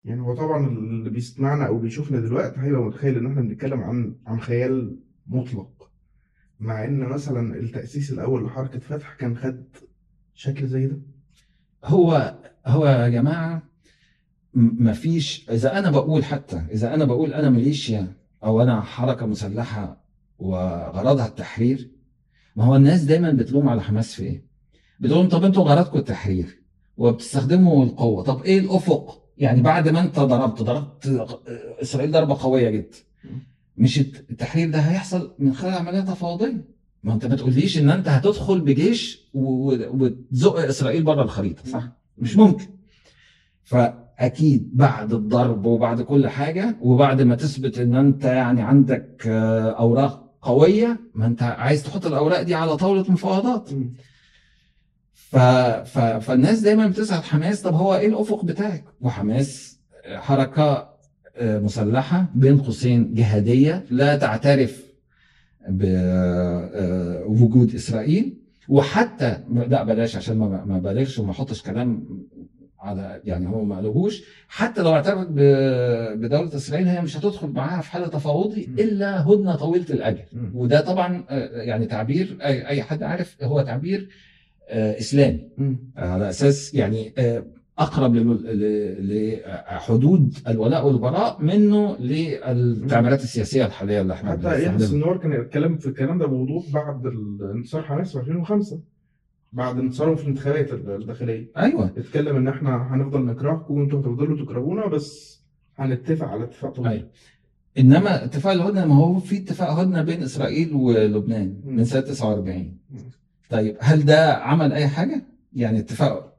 يعني هو طبعا اللي بيسمعنا او بيشوفنا دلوقتي هيبقى متخيل ان احنا بنتكلم عن خيال مطلق، مع ان مثلا التأسيس الاول لحركة فتح كان خد شكل زي ده. هو يا جماعة، مفيش، إذا أنا بقول أنا ميليشيا أو أنا حركة مسلحة وغرضها التحرير، ما هو الناس دايما بتلوم على حماس في إيه؟ بتقول طب أنتوا غرضكم التحرير وبتستخدموا القوة، طب إيه الأفق؟ يعني بعد ما أنت ضربت إسرائيل ضربة قوية جدا، مش التحرير ده هيحصل من خلال عملية تفاوضية؟ ما انت ما تقوليش ان انت هتدخل بجيش وتزق اسرائيل بره الخريطة، صح؟ مش ممكن. فاكيد بعد الضرب وبعد كل حاجة وبعد ما تثبت ان انت يعني عندك اوراق قوية، ما انت عايز تحط الاوراق دي على طاولة مفاوضات. فالناس دايما بتسأل حماس طب هو ايه الافق بتاعك؟ وحماس حركة مسلحة بين قوسين جهادية لا تعترف بوجود اسرائيل. وحتى لا بلاش عشان ما بالغش وما احطش كلام على، يعني هو ما قالوهوش، حتى لو اعترفت بدوله اسرائيل هي مش هتدخل معاها في حل تفاوضي الا هدنه طويله الاجل. وده طبعا يعني تعبير اي حد عارف هو تعبير اسلامي، على اساس يعني اقرب لحدود الولاء والبراء منه للتعبيرات السياسيه الحاليه اللي احنا حتى يحيى بنستخدمها. السنوار كان يتكلم في الكلام ده بوضوح بعد انتصار حماس في 2005، بعد انتصارهم في الانتخابات الداخليه. ايوه اتكلم ان احنا هنفضل نكرهكم وانتوا هتفضلوا تكرهونا، بس هنتفق على اتفاق طويل. ايوه. انما اتفاق الهدنه، ما هو في اتفاق هدنه بين اسرائيل ولبنان من سنه 49. طيب هل ده عمل اي حاجه؟ يعني اتفاق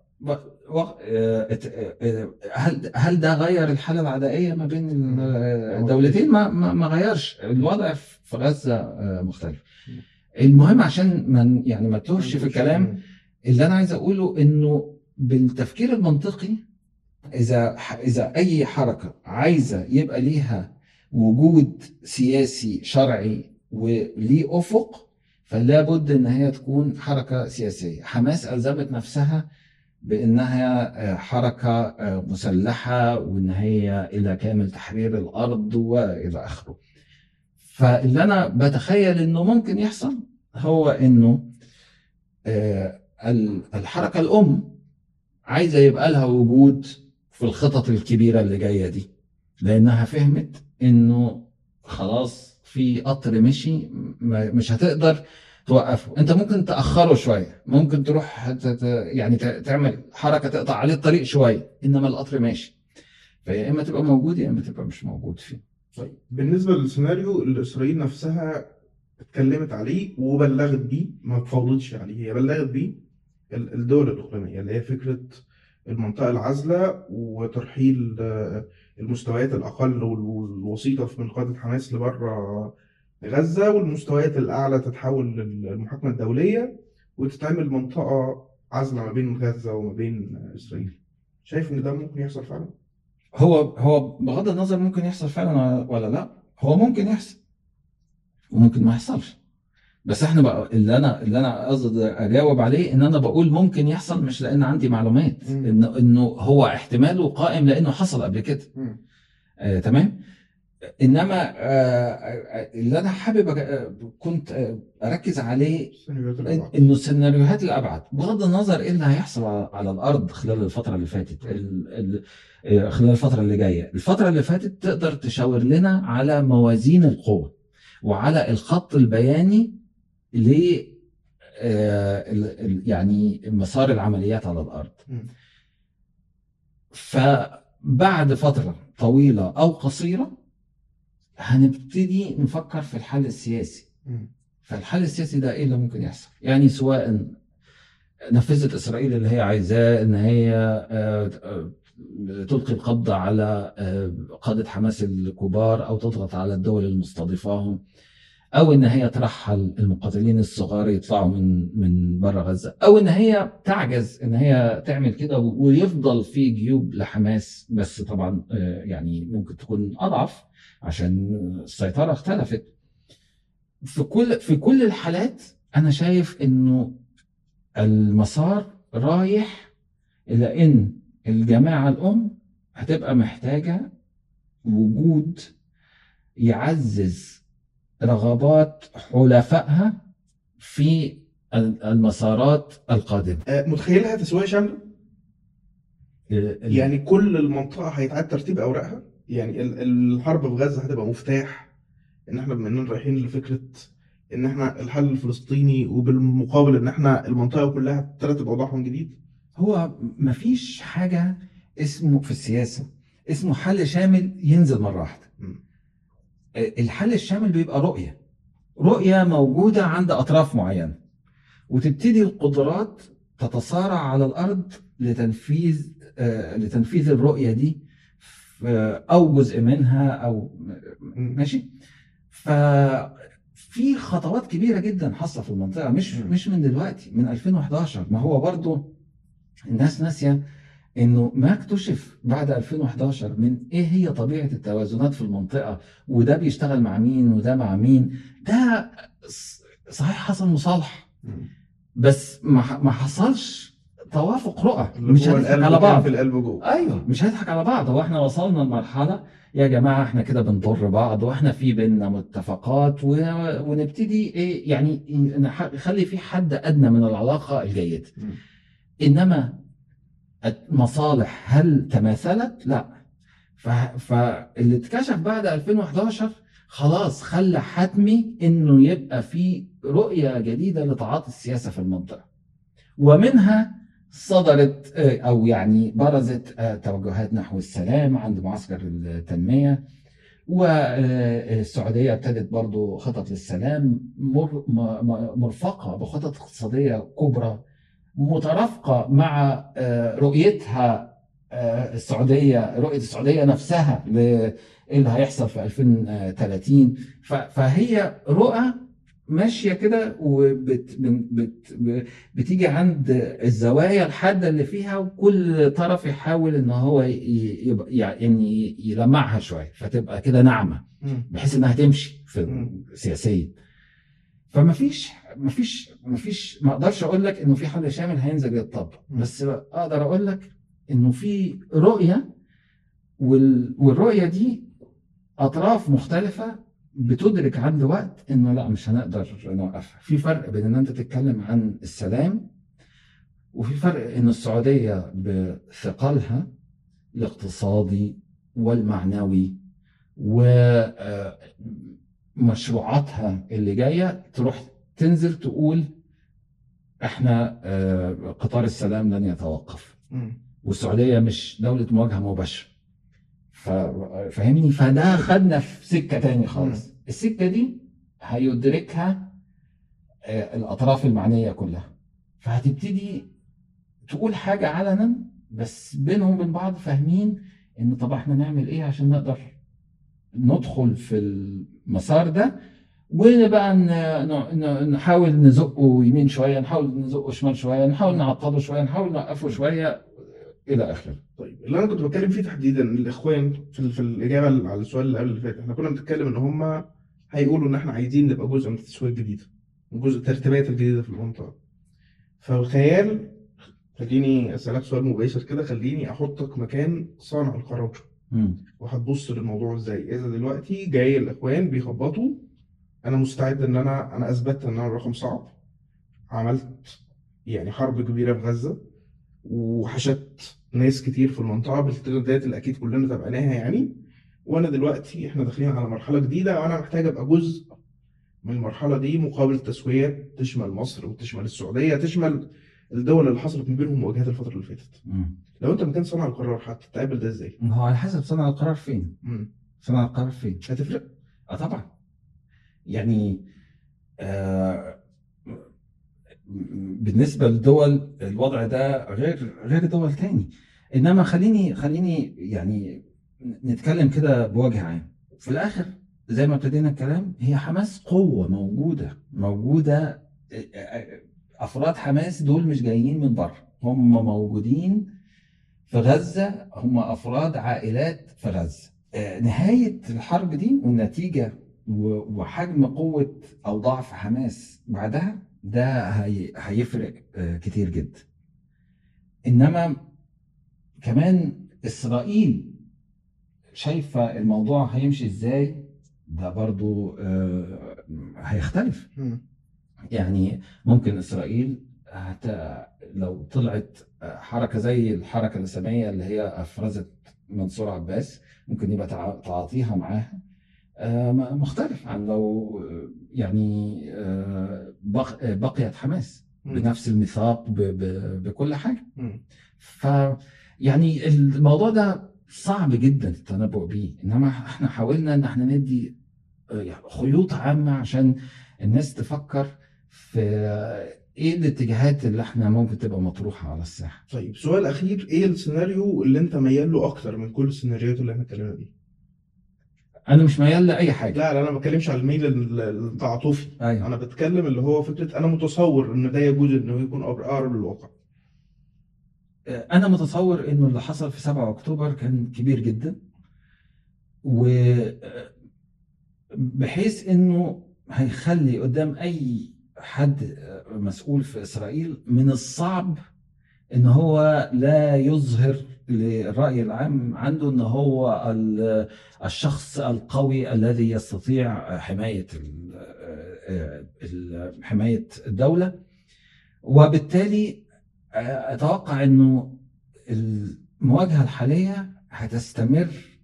هل ده غير الحاله العدائيه ما بين الدولتين؟ ما غيرش الوضع في غزه مختلف. المهم عشان يعني ما تهش في الكلام، اللي انا عايز اقوله انه بالتفكير المنطقي، اذا اي حركه عايزه يبقى ليها وجود سياسي شرعي وليه افق، فلا بد ان هي تكون حركه سياسيه. حماس الزمت نفسها بانها حركه مسلحه، وان هي الى كامل تحرير الارض والى اخره. فاللي انا بتخيل انه ممكن يحصل هو انه الحركه الام عايزه يبقى لها وجود في الخطط الكبيره اللي جايه دي، لانها فهمت انه خلاص في قطر مشي مش هتقدر توقفه. انت ممكن تاخره شويه، ممكن تروح يعني تعمل حركه تقطع عليه الطريق شويه، انما القطر ماشي. فيا اما تبقى موجود يا اما تبقى مش موجود فيه. طيب بالنسبه للسيناريو اللي اسرائيل نفسها اتكلمت عليه وبلغت بيه، ما اتفاوضتش عليه، هي بلغت بيه الدول الإقليمية، اللي هي فكرة المنطقة العازلة وترحيل المستويات الأقل والوسيطة من قادة حماس لبره غزة، والمستويات الأعلى تتحول للمحاكمة الدولية وتتعمل منطقة عازلة ما بين غزة وما بين إسرائيل. شايف إن ده ممكن يحصل فعلا؟ هو بغض النظر ممكن يحصل فعلا ولا لا، هو ممكن يحصل وممكن ما يحصلش. بس احنا بقى اللي انا قصدي اجاوب عليه ان انا بقول ممكن يحصل، مش لان عندي معلومات انه هو احتماله قائم لانه حصل قبل كده. تمام. انما اللي انا حابب كنت اركز عليه انه السيناريوهات الابعد، بغض النظر ايه اللي هيحصل على الارض خلال الفتره اللي فاتت، خلال الفتره اللي جايه. الفتره اللي فاتت تقدر تشاور لنا على موازين القوى وعلى الخط البياني ل يعني مسار العمليات على الارض. فبعد فتره طويله او قصيره هنبتدي نفكر في الحل السياسي. فالحل السياسي ده ايه اللي ممكن يحصل؟ يعني سواء نفذت اسرائيل اللي هي عايزاه، ان هي تلقي القبض على قادة حماس الكبار، او تضغط على الدول المستضيفاهم، او ان هي ترحل المقاتلين الصغار يطلعوا من بره غزه، او ان هي تعجز ان هي تعمل كده ويفضل في جيوب لحماس، بس طبعا يعني ممكن تكون اضعف عشان السيطره اختلفت. في كل الحالات انا شايف انه المسار رايح الى ان الجماعه الام هتبقى محتاجة وجود يعزز رغبات حلفائها في المسارات القادمة. متخيلها تسوية شاملة؟ يعني كل المنطقة هيتعاد ترتيب أوراقها، يعني الحرب في غزة هتبقى مفتاح إن إحنا بما إننا رايحين لفكرة إن إحنا الحل الفلسطيني، وبالمقابل إن إحنا المنطقة كلها ترتب أوضاعها من جديد. هو مفيش حاجة اسمه في السياسة اسمه حل شامل ينزل مرة واحدة. الحل الشامل بيبقى رؤية موجودة عند أطراف معينة، وتبتدي القدرات تتصارع على الأرض لتنفيذ الرؤية دي، أو جزء منها أو ماشي. ففي خطوات كبيرة جدا حصلت في المنطقة، مش من دلوقتي، من 2011. ما هو برضو الناس ناسية انه ما اكتشف بعد 2011 من ايه هي طبيعة التوازنات في المنطقة، وده بيشتغل مع مين وده مع مين. ده صحيح حصل مصالحة، بس ما حصلش توافق رؤى. مش هنضحك على بعض، في القلب جوه. ايوه مش هنضحك على بعض. هو احنا وصلنا لمرحلة يا جماعة احنا كده بنضر بعض، واحنا في بيننا متفقات، ونبتدي ايه يعني نخلي في حد ادنى من العلاقة الجيدة. انما المصالح هل تماثلت؟ لا. فاللي اتكشف بعد 2011 خلاص خلى حتمي انه يبقى في رؤية جديدة لتعاطي السياسة في المنطقة، ومنها صدرت او يعني برزت توجهات نحو السلام عند معسكر التنمية، والسعودية ابتدت برضو خطط للسلام مرفقة بخطط اقتصادية كبرى مترافقة مع رؤيتها رؤية السعودية نفسها اللي هيحصل في 2030. فهي رؤى ماشية كده، وبتيجي عند الزوايا الحادة اللي فيها، وكل طرف يحاول ان هو يعني يلمعها شوية فتبقى كده ناعمة، بحيث انها تمشي في سياسيا. فما فيش ما اقدرش اقول لك انه في حل شامل هينزل يتطبق، بس اقدر اقول لك انه في رؤية، والرؤية دي اطراف مختلفة بتدرك عند وقت انه لا مش هنقدر نوقفها. في فرق بين ان انت تتكلم عن السلام، وفي فرق ان السعودية بثقلها الاقتصادي والمعنوي ومشروعاتها اللي جاية تروح تنزل تقول احنا قطار السلام لن يتوقف، والسعودية مش دولة مواجهة مباشرة. فاهمني؟ فده خدنا في سكة تاني خالص. السكة دي هيدركها الأطراف المعنية كلها، فهتبتدي تقول حاجة علنا، بس بينهم وبين بعض فاهمين إن طب احنا نعمل إيه عشان نقدر ندخل في المسار ده، ونبقى نحاول نزقه يمين شوية، نحاول نزقه شمال شوية، نحاول نعطله شوية، نحاول نوقفه شوية إلى آخره. طيب اللي انا كنت بتكلم فيه تحديدا الاخوان في الاجابه على السؤال اللي قبل اللي فات، احنا كنا بنتكلم ان هم هيقولوا ان احنا عايزين نبقى جزء من التسويه الجديده، جزء الترتيبات الجديده في المنطقه. فالخيال، خليني اسالك سؤال مباشر كده، خليني احطك مكان صانع القرار، وهتبص للموضوع ازاي؟ اذا دلوقتي جاي الاخوان بيخبطوا، انا مستعد ان انا اثبت ان انا رقم صعب، عملت يعني حرب كبيره في غزه، وحشدت ناس كتير في المنطقه بالتغذيات اللي اكيد كلنا تابعناها يعني، وانا دلوقتي احنا داخلين على مرحله جديده، وانا محتاج ابقى جزء من المرحله دي مقابل تسويه تشمل مصر وتشمل السعوديه، تشمل الدول اللي حصلت ما بينهم مواجهات الفتره اللي فاتت. لو انت مكان صانع القرار هتتقابل ده ازاي؟ هو على حسب صانع القرار فين. صانع القرار فين هتفرق. طبعا. يعني بالنسبة للدول الوضع ده غير دول تاني. انما خليني يعني نتكلم كده بوجه عام. في الاخر زي ما ابتدينا الكلام، هي حماس قوة موجودة. افراد حماس دول مش جايين من بره، هم موجودين في غزة، هم افراد عائلات في غزة. نهاية الحرب دي والنتيجة وحجم قوة او ضعف حماس بعدها ده هيفرق كتير جدا. انما كمان اسرائيل شايفة الموضوع هيمشي ازاي، ده برضو هيختلف. يعني ممكن إسرائيل لو طلعت حركة زي الحركة الإسلامية اللي هي أفرزت منصور عباس، ممكن يبقى تعاطيها معاها مختلف عن لو يعني بقيت حماس بنفس الميثاق بكل حاجة. ف يعني الموضوع ده صعب جدا التنبؤ بيه، انما احنا حاولنا ان احنا ندي خيوط عامة عشان الناس تفكر في ايه الاتجاهات اللي احنا ممكن تبقى مطروحة على الساحة. طيب سؤال اخير، ايه السيناريو اللي انت ميال له اكتر من كل السيناريوهات اللي احنا اتكلمنا فيها؟ انا مش ميال لاي حاجة. لا انا ما بتكلمش على الميل التعاطفي. أيوة. انا بتكلم اللي هو فكرة انا متصور ان ده يجوز انه يكون اقرب للواقع. انا متصور انه اللي حصل في 7 اكتوبر كان كبير جدا، وبحيث انه هيخلي قدام اي حد مسؤول في اسرائيل من الصعب ان هو لا يظهر للرأي العام عنده ان هو الشخص القوي الذي يستطيع حماية الدولة. وبالتالي اتوقع انه المواجهة الحالية هتستمر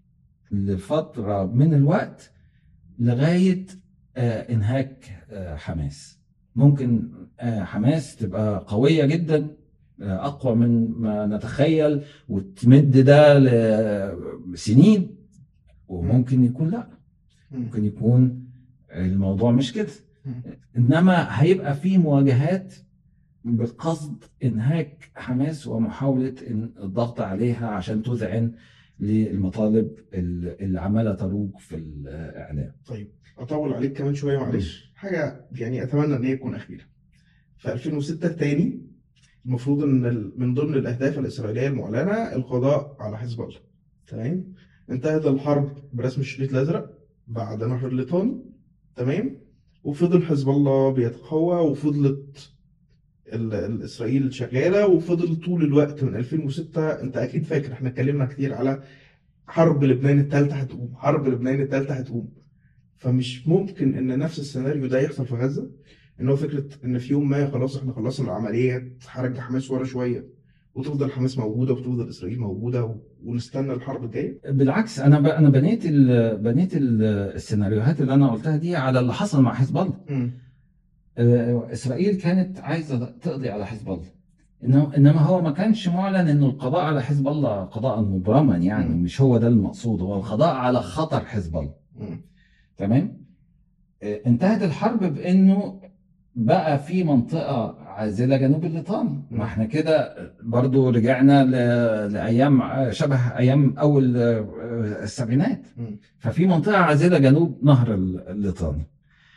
لفترة من الوقت لغاية انهاك حماس. ممكن حماس تبقى قوية جدا، اقوى من ما نتخيل، وتمد ده لسنين، وممكن يكون لا، ممكن يكون الموضوع مش كده، انما هيبقى في مواجهات بقصد انهاك حماس ومحاولة الضغط عليها عشان تذعن للمطالب اللي عمالة تروج في الاعلام. طيب اطول عليك كمان شوية معلش، حاجة يعني اتمنى ان هي تكون اخيرة. في 2006 تاني المفروض ان من ضمن الاهداف الاسرائيليه المعلنه القضاء على حزب الله. تمام. انتهت الحرب برسم الشريط الازرق بعد نهر الليطاني. تمام. وفضل حزب الله بيتقوى، وفضلت الاسرائيل شغاله، وفضل طول الوقت من 2006. انت اكيد فاكر احنا اتكلمنا كتير على حرب لبنان الثالثه هتقوم، حرب لبنان الثالثه هتقوم. فمش ممكن ان نفس السيناريو ده يحصل في غزه، ان هو فكره ان في يوم ما خلاص احنا خلصنا العمليه، هرجع حماس ورا شويه وتفضل حماس موجوده وتفضل اسرائيل موجوده ونستنى الحرب الجايه. بالعكس، انا بنيت السيناريوهات اللي انا قلتها دي على اللي حصل مع حزب الله. اسرائيل كانت عايزه تقضي على حزب الله، انما هو ما كانش معلن انه القضاء على حزب الله قضاء مبرما، يعني مش هو ده المقصود، هو القضاء على خطر حزب الله. تمام. انتهت الحرب بانه بقى في منطقة عازلة جنوب الليطاني. ما احنا كده برضو رجعنا لأيام شبه أيام أول السبعينات. ففي منطقة عازلة جنوب نهر الليطاني.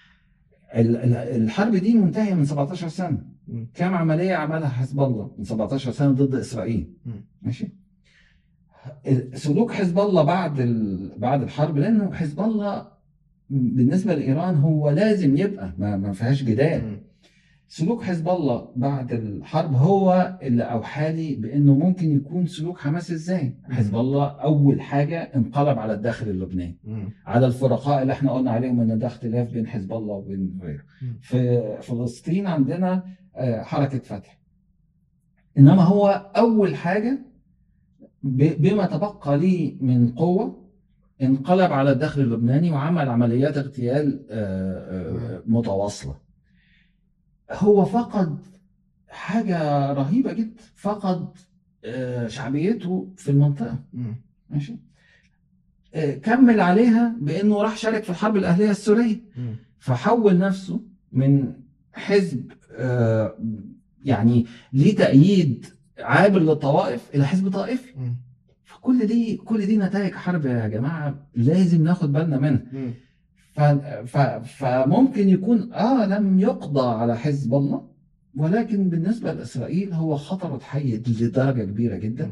الحرب دي منتهية من 17 سنة. كام عملية عملها حزب الله من 17 سنة ضد إسرائيل. ماشي. سلوك حزب الله بعد الحرب، لأنه حزب الله بالنسبة لإيران هو لازم يبقى ما فيهاش جدال. سلوك حزب الله بعد الحرب هو اللي أوحى لي بأنه ممكن يكون سلوك حماس إزاي. حزب الله أول حاجة انقلب على الداخل اللبناني، على الفرقاء اللي احنا قلنا عليهم أن ده اختلاف بين حزب الله وبين غيره. في فلسطين عندنا حركة فتح، إنما هو أول حاجة بما تبقى لي من قوة انقلب على الداخل اللبناني وعمل عمليات اغتيال متواصلة. هو فقد حاجة رهيبة جدا، فقد شعبيته في المنطقة. ماشي. كمل عليها بأنه راح شارك في الحرب الأهلية السورية، فحول نفسه من حزب يعني ليه تأييد عابر للطوائف إلى حزب طائفي. فكل دي نتائج حرب يا جماعة، لازم ناخد بالنا منها. فممكن يكون لم يقضى على حزب الله، ولكن بالنسبة لإسرائيل هو خطر اتحيد لدرجة كبيرة جدا.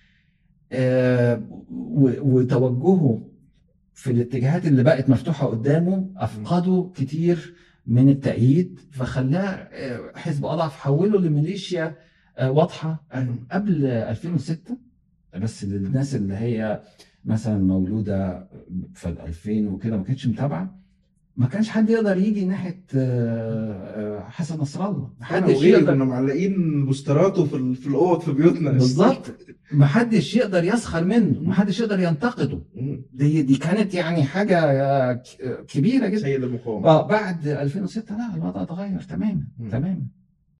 وتوجهه في الاتجاهات اللي بقت مفتوحة قدامه أفقدوا كتير من التأييد، فخلاه حزب أضعف، حوله لميليشيا واضحة قبل 2006. بس للناس اللي هي مثلا مولوده في 2000 وكده ما كانتش متابعه، ما كانش حد يقدر يجي ناحيه حسن نصر الله، ما انا حدش وغيري كنا يقدر. معلقين بوستراته في الاوض في بيوتنا. بالظبط، ما حدش يقدر يسخر منه، ما مم. حدش يقدر ينتقده. مم. دي كانت يعني حاجه كبيره جدا. سيد المقاومة. بعد 2006 لا، الوضع اتغير تماما مم. تماما.